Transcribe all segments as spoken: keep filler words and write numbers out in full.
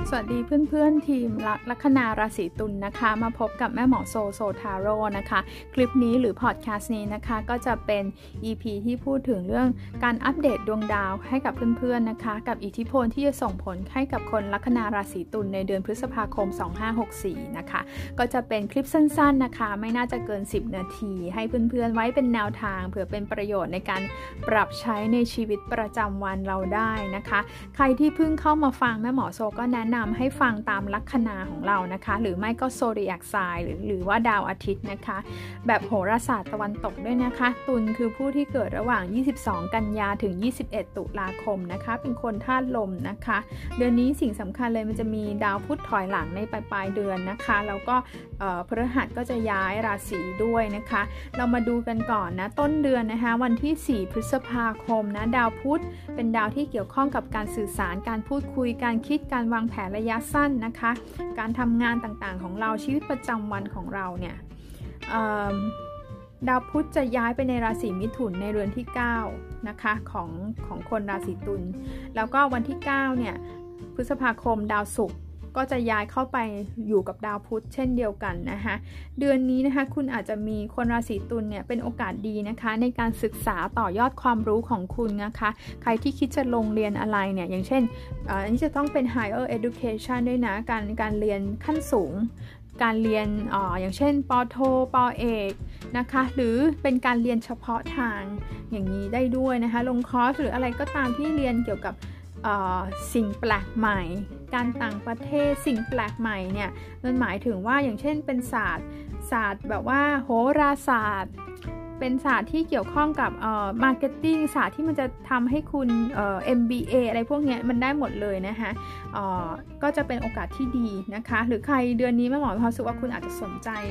สวัสดีเพื่อนๆทีมลัคนาราศีตุล นะคะมาพบกับแม่หมอโซโซทาโร่นะคะคลิปนี้หรือพอดแคสต์นี้นะคะก็จะเป็น อี พี ที่พูดถึงเรื่องการอัปเดตดวงดาวให้กับเพื่อนๆนะคะกับอิทธิพลที่จะส่งผลให้กับคนลัคนาราศีตุลในเดือนพฤษภาคมสองพันห้าร้อยหกสิบสี่นะคะก็จะเป็นคลิปสั้นๆนะคะไม่น่าจะเกินสิบนาทีให้เพื่อนๆไว้เป็นแนวทางเผื่อเป็นประโยชน์ในการปรับใช้ในชีวิตประจำวันเราได้นะคะใครที่เพิ่งเข้ามาฟังแม่หมอโซก็แนะนำให้ฟังตามลัคนาของเรานะคะหรือไม่ก็โซเดียกไซน์หรือหรือว่าดาวอาทิตย์นะคะแบบโหราศาสตร์ตะวันตกด้วยนะคะตุลคือผู้ที่เกิดระหว่างยี่สิบสองกันยาถึงยี่สิบเอ็ดตุลาคมนะคะเป็นคนธาตุลมนะคะเดือนนี้สิ่งสำคัญเลยมันจะมีดาวพุธถอยหลังในปลายปลายเดือนนะคะแล้วก็พฤหัสก็จะย้ายราศีด้วยนะคะเรามาดูกันก่อนนะต้นเดือนนะคะวันที่สี่พฤษภาคมนะดาวพุธเป็นดาวที่เกี่ยวข้องกับการสื่อสารการพูดคุยการคิดการวางแผนระยะสั้นนะคะการทำงานต่างๆของเราชีวิตประจำวันของเราเนี่ยดาวพุธจะย้ายไปในราศีมิถุนในเรือนที่เก้านะคะของของคนราศีตุลแล้วก็วันที่เก้าเนี่ยพฤษภาคมดาวศุกร์ก็จะย้ายเข้าไปอยู่กับดาวพุธเช่นเดียวกันนะคะเดือนนี้นะคะคุณอาจจะมีคนราศีตุลเนี่ยเป็นโอกาสดีนะคะในการศึกษาต่อยอดความรู้ของคุณนะคะใครที่คิดจะลงเรียนอะไรเนี่ยอย่างเช่นอันนี้จะต้องเป็น higher education ด้วยนะการการเรียนขั้นสูงการเรียน อ, อย่างเช่นปโทปเอกนะคะหรือเป็นการเรียนเฉพาะทางอย่างนี้ได้ด้วยนะคะลงคอร์สหรืออะไรก็ตามที่เรียนเกี่ยวกับสิ่งแปลกใหม่การต่างประเทศสิ่งแปลกใหม่เนี่ยมันหมายถึงว่าอย่างเช่นเป็นศาสตร์ศาสตร์แบบว่าโหราศาสตร์เป็นศาสตร์ที่เกี่ยวข้องกับเอ่อ marketing ศาสตร์ที่มันจะทำให้คุณเอ่อ เอ็ม บี เอ อะไรพวกนี้มันได้หมดเลยนะคะเอ่อก็จะเป็นโอกาสที่ดีนะคะหรือใครเดือนนี้แม่หมอรู้สึกว่าคุณอาจจะสนใจ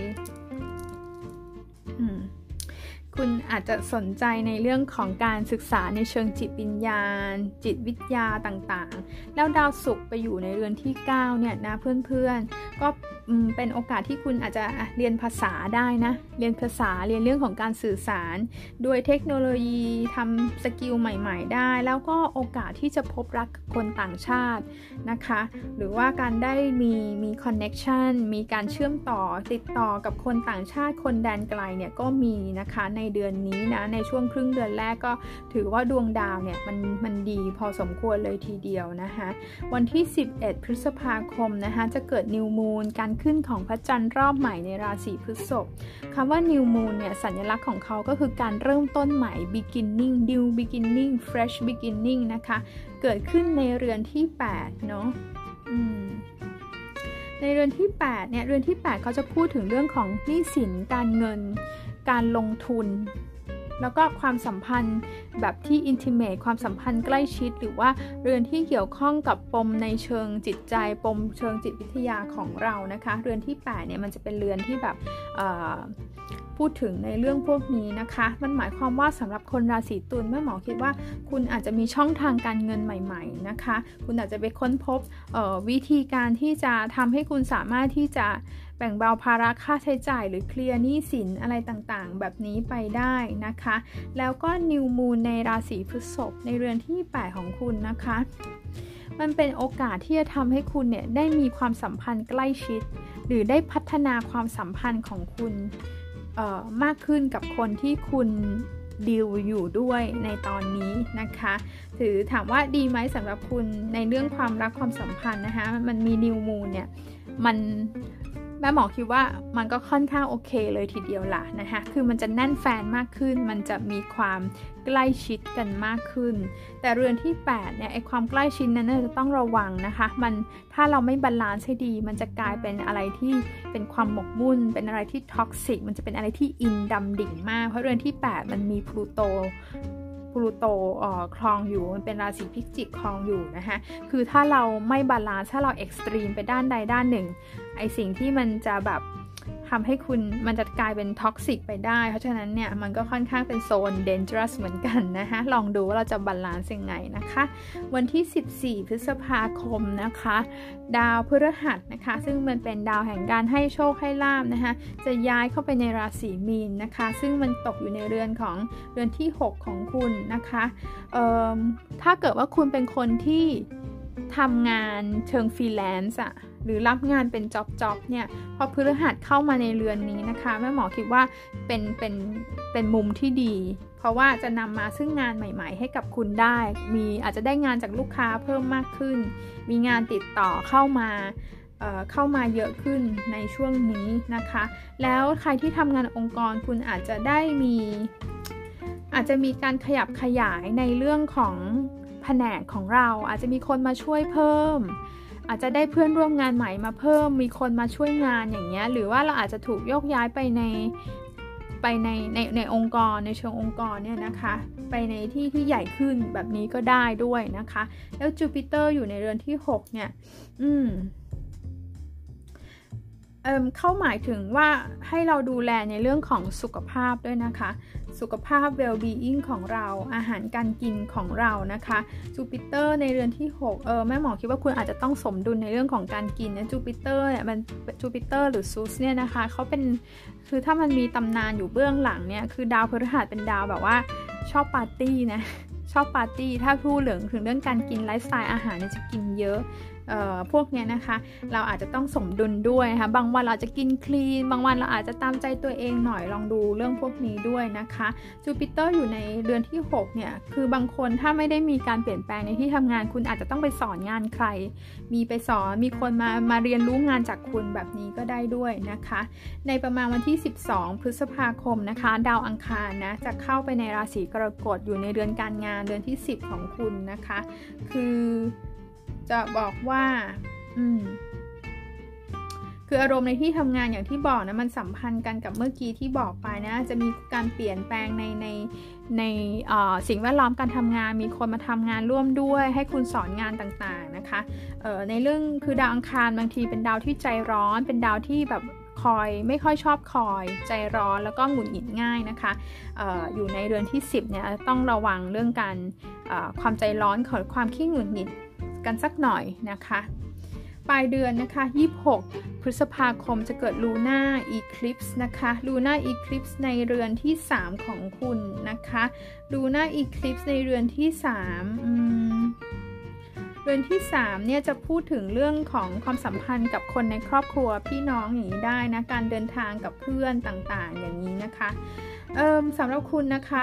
อืมคุณอาจจะสนใจในเรื่องของการศึกษาในเชิงจิตวิญญาณจิตวิทยาต่างๆแล้วดาวศุกร์ไปอยู่ในเรือนที่เก้าเนี่ยนะเพื่อนๆก็เป็นโอกาสที่คุณอาจจะเรียนภาษาได้นะเรียนภาษาเรียนเรื่องของการสื่อสารด้วยเทคโนโลยีทำสกิลใหม่ๆได้แล้วก็โอกาสที่จะพบรักคนต่างชาตินะคะหรือว่าการได้มีมีคอนเน็กชันมีการเชื่อมต่อติดต่อกับคนต่างชาติคนแดนไกลเนี่ยก็มีนะคะในเดือนนี้นะในช่วงครึ่งเดือนแรกก็ถือว่าดวงดาวเนี่ยมันมันดีพอสมควรเลยทีเดียวนะคะวันที่สิบเอ็ดพฤษภาคมนะคะจะเกิดนิวมูนการขึ้นของพระจันทร์รอบใหม่ในราศีพฤษภคำว่า New Moon เนี่ยสัญลักษณ์ของเขาก็คือการเริ่มต้นใหม่ beginning new beginning fresh beginning นะคะเกิดขึ้นในเรือนที่แปดเนาะอืมในเรือนที่แปดเนี่ยเรือนที่แปดเขาจะพูดถึงเรื่องของหนี้สินการเงินการลงทุนแล้วก็ความสัมพันธ์แบบที่ intimate ความสัมพันธ์ใกล้ชิดหรือว่าเรือนที่เกี่ยวข้องกับปมในเชิงจิตใจปมเชิงจิตวิทยาของเรานะคะเรือนที่แปดเนี่ยมันจะเป็นเรือนที่แบบพูดถึงในเรื่องพวกนี้นะคะมันหมายความว่าสำหรับคนราศีตุลแม่หมอคิดว่าคุณอาจจะมีช่องทางการเงินใหม่ๆนะคะคุณอาจจะไปค้นพบวิธีการที่จะทำให้คุณสามารถที่จะแบ่งเบาภาระค่าใช้จ่ายหรือเคลียร์หนี้สินอะไรต่างๆแบบนี้ไปได้นะคะแล้วก็นิวมูนในราศีพฤษภในเรือนที่แปดของคุณนะคะมันเป็นโอกาสที่จะทำให้คุณเนี่ยได้มีความสัมพันธ์ใกล้ชิดหรือได้พัฒนาความสัมพันธ์ของคุณมากขึ้นกับคนที่คุณดีลอยู่ด้วยในตอนนี้นะคะถือถามว่าดีไหมสำหรับคุณในเรื่องความรักความสัมพันธ์นะคะมันมีนิวมูนเนี่ยมันแม่หมอคิดว่ามันก็ค่อนข้างโอเคเลยทีเดียวล่ะนะคะคือมันจะแน่นแฟนมากขึ้นมันจะมีความใกล้ชิดกันมากขึ้นแต่เรือนที่แปดเนี่ยไอความใกล้ชิดนั้นจะต้องระวังนะคะมันถ้าเราไม่บาลานซ์ให้ดีมันจะกลายเป็นอะไรที่เป็นความหมกมุ่นเป็นอะไรที่ท็อกซิกมันจะเป็นอะไรที่อินดำดิ่งมากเพราะเรือนที่แปดมันมีพลูโตพลูโตครองอยู่มันเป็นราศีพิจิกครองอยู่นะคะคือถ้าเราไม่บาลานซ์ถ้าเราเอ็กซ์ตรีมไปด้านใดด้านหนึ่งไอสิ่งที่มันจะแบบทำให้คุณมันจะกลายเป็นท็อกซิกไปได้เพราะฉะนั้นเนี่ยมันก็ค่อนข้างเป็นโซน dangerous เหมือนกันนะคะลองดูว่าเราจะบาลานซ์ยังไงนะคะวันที่สิบสี่พฤษภาคมนะคะดาวพฤหัสนะคะซึ่งมันเป็นดาวแห่งการให้โชคให้ลาภนะคะจะย้ายเข้าไปในราศีมีนนะคะซึ่งมันตกอยู่ในเรือนของเรือนที่หกของคุณนะคะเอ่อถ้าเกิดว่าคุณเป็นคนที่ทำงานเชิงฟรีแลนซ์อะหรือรับงานเป็นจ็อบจ็อบเนี่ยพอพฤหัสเข้ามาในเรือนนี้นะคะแม่หมอคิดว่าเป็นเป็นเป็นมุมที่ดีเพราะว่าจะนำมาซึ่งงานใหม่ๆให้กับคุณได้มีอาจจะได้งานจากลูกค้าเพิ่มมากขึ้นมีงานติดต่อเข้ามาเอ่อเข้ามาเยอะขึ้นในช่วงนี้นะคะแล้วใครที่ทำงานองค์กรคุณอาจจะได้มีอาจจะมีการขยับขยายในเรื่องของแผนกของเราอาจจะมีคนมาช่วยเพิ่มอาจจะได้เพื่อนร่วมงานใหม่มาเพิ่มมีคนมาช่วยงานอย่างเงี้ยหรือว่าเราอาจจะถูกโยกย้ายไปในไปในในในองค์กรในเชิงองค์กรเนี่ยนะคะไปในที่ที่ใหญ่ขึ้นแบบนี้ก็ได้ด้วยนะคะแล้วจูปิเตอร์อยู่ในเรือนที่หกเนี่ยอืมเอ่อเข้าหมายถึงว่าให้เราดูแลในเรื่องของสุขภาพด้วยนะคะสุขภาพ well-being ของเราอาหารการกินของเรานะคะจูปิเตอร์ในเรือนที่หกเออแม่หมอคิดว่าคุณอาจจะต้องสมดุลในเรื่องของการกินนะจูปิเตอร์เนี่ยมันจูปิเตอร์หรือซูสเนี่ยนะคะเขาเป็นคือถ้ามันมีตำนานอยู่เบื้องหลังเนี่ยคือดาวพฤหัสเป็นดาวแบบว่าชอบปาร์ตี้นะชอบปาร์ตี้ถ้าพูดถึงเรื่องการกินไลฟ์สไตล์อาหารเนี่ยจะกินเยอะเอ่อพวกเนี้ยนะคะเราอาจจะต้องสมดุลด้วยนะคะบางวันเราจะกินคลีนบางวันเราอาจจะตามใจตัวเองหน่อยลองดูเรื่องพวกนี้ด้วยนะคะจูปิเตอร์อยู่ในเรือนที่หกเนี่ยคือบางคนถ้าไม่ได้มีการเปลี่ยนแปลงในที่ทำงานคุณอาจจะต้องไปสอนงานใครมีไปสอนมีคนมามาเรียนรู้งานจากคุณแบบนี้ก็ได้ด้วยนะคะในประมาณวันที่สิบสองพฤษภาคมนะคะดาวอังคารนะจะเข้าไปในราศีกรกฎอยู่ในเรือนการงานเรือนที่สิบของคุณนะคะคือจะบอกว่าอืมคืออารมณ์ในที่ทำงานอย่างที่บอกนะมันสัมพันธ์กันกับเมื่อกี้ที่บอกไปนะจะมีการเปลี่ยนแปลงในในในสิ่งแวดล้อมการทำงานมีคนมาทำงานร่วมด้วยให้คุณสอนงานต่างๆนะคะเอ่อในเรื่องคือดาวอังคารบางทีเป็นดาวที่ใจร้อนเป็นดาวที่แบบคอยไม่ค่อยชอบคอยใจร้อนแล้วก็หงุดหงิดง่ายนะคะ อ, อ, อยู่ในเรือนที่สิบเนี่ยต้องระวังเรื่องการความใจร้อนของความขี้หงุดหงิดกันสักหน่อยนะคะปลายเดือนนะคะยี่สิบหกพฤษภาคมจะเกิดลูน่าอีคลิปส์นะคะลูน่าอีคลิปส์ในเรือนที่สามของคุณนะคะลูน่าอีคลิปส์ในเรือนที่สามอืมเรือนที่สามเนี่ยจะพูดถึงเรื่องของความสัมพันธ์กับคนในครอบครัวพี่น้องอย่างนี้ได้นะการเดินทางกับเพื่อนต่างๆอย่างนี้นะคะเอ่อสำหรับคุณนะคะ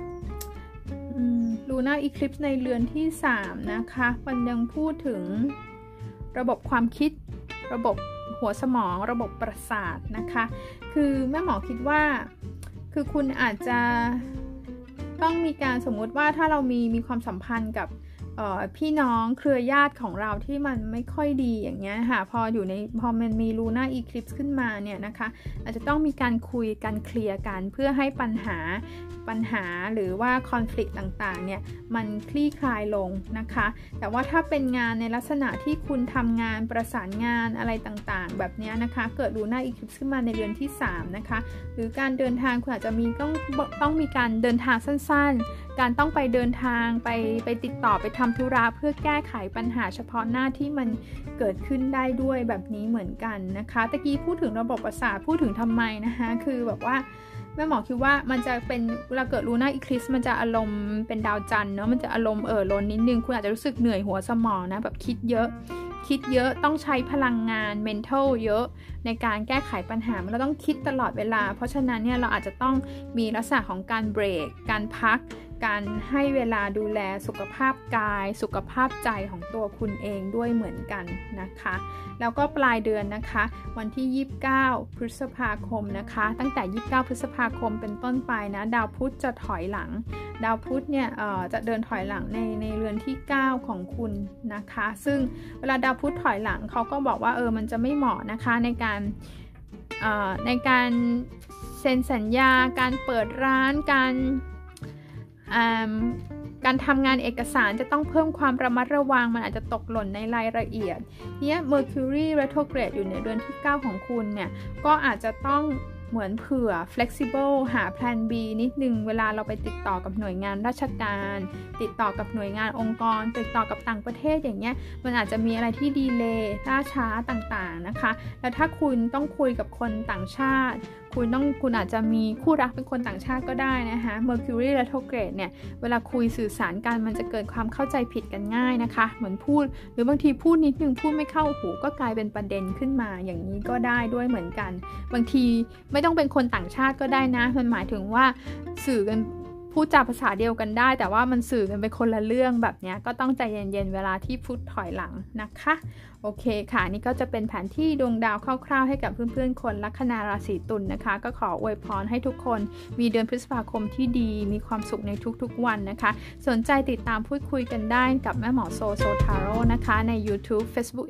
ลูน่าอีคลิปส์ในเรือนที่สามนะคะมันยังพูดถึงระบบความคิดระบบหัวสมองระบบประสาทนะคะคือแม่หมอคิดว่าคือคุณอาจจะต้องมีการสมมุติว่าถ้าเรามีมีความสัมพันธ์กับพี่น้องเครือญาติของเราที่มันไม่ค่อยดีอย่างเงี้ยค่ะพออยู่ในพอมันมีลูน่าอีคลิปส์ขึ้นมาเนี่ยนะคะอาจจะต้องมีการคุยกันเคลียร์กันเพื่อให้ปัญหาปัญหาหรือว่าคอนฟ lict ต่างๆเนี่ยมันคลี่คลายลงนะคะแต่ว่าถ้าเป็นงานในลักษณะที่คุณทำงานประสานงานอะไรต่างๆแบบนี้นะคะเกิดลูน่าอีคลิปส์ขึ้นมาในเดือนที่สามนะคะหรือการเดินทางคุณอาจจะมีต้องต้องมีการเดินทางสั้นๆการต้องไปเดินทางไปไปติดต่อไปทำธุระเพื่อแก้ไขปัญหาเฉพาะหน้าที่มันเกิดขึ้นได้ด้วยแบบนี้เหมือนกันนะคะตะกี้พูดถึงระบบประสาทพูดถึงทำไมนะคะคือแบบว่าแม่หมอคิดว่ามันจะเป็นเวลาเกิดลูน่าอีคลิปส์มันจะอารมณ์เป็นดาวจันทร์เนาะมันจะอารมณ์เอ่อล้นนิดนึงคุณอาจจะรู้สึกเหนื่อยหัวสมองนะแบบคิดเยอะคิดเยอะต้องใช้พลังงาน mental เยอะในการแก้ไขปัญหาเราต้องคิดตลอดเวลาเพราะฉะนั้นเนี่ยเราอาจจะต้องมีลักษณะของการเบรกการพักการให้เวลาดูแลสุขภาพกายสุขภาพใจของตัวคุณเองด้วยเหมือนกันนะคะแล้วก็ปลายเดือนนะคะวันที่ยี่สิบเก้าพฤษภาคมนะคะตั้งแต่ยี่สิบเก้าพฤษภาคมเป็นต้นไปนะดาวพุธจะถอยหลังดาวพุธเนี่ยเอ่อจะเดินถอยหลังในในเรือนที่เก้าของคุณนะคะซึ่งเวลาดาวพุธถอยหลังเขาก็บอกว่าเออมันจะไม่เหมาะนะคะในการเอ่อในการเซ็นสัญญาการเปิดร้านการการทำงานเอกสารจะต้องเพิ่มความระมัดระวังมันอาจจะตกหล่นในรายละเอียดเนี่ย Mercury retrograde อยู่ในเรือนที่เก้าของคุณเนี่ยก็อาจจะต้องเหมือนเผื่อ flexible หา plan B นิดนึงเวลาเราไปติดต่อกับหน่วยงานราชการติดต่อกับหน่วยงานองค์กรติดต่อกับต่างประเทศอย่างเงี้ยมันอาจจะมีอะไรที่ดีเลย์ล่าช้าต่างๆนะคะแล้วถ้าคุณต้องคุยกับคนต่างชาติคุณต้องคุณอาจจะมีคู่รักเป็นคนต่างชาติก็ได้นะคะ Mercury retrograde เนี่ยเวลาคุยสื่อสารกันมันจะเกิดความเข้าใจผิดกันง่ายนะคะเหมือนพูดหรือบางทีพูดนิดนึงพูดไม่เข้าหูก็กลายเป็นประเด็นขึ้นมาอย่างนี้ก็ได้ด้วยเหมือนกันบางทีไม่ต้องเป็นคนต่างชาติก็ได้นะมันหมายถึงว่าสื่อกันพูดจาภาษาเดียวกันได้แต่ว่ามันสื่อกันเป็นคนละเรื่องแบบนี้ก็ต้องใจเย็นๆเวลาที่พูดถอยหลังนะคะโอเคค่ะนี่ก็จะเป็นแผนที่ดวงดาวคร่าวๆให้กับเพื่อนๆคนลัคนาราศีตุล นะคะก็ขออวยพรให้ทุกคนมีเดือนพฤษภาคมที่ดีมีความสุขในทุกๆวันนะคะสนใจติดตามพูดคุยกันได้กับแม่หมอโซโซทาโร่นะคะใน YouTube Facebook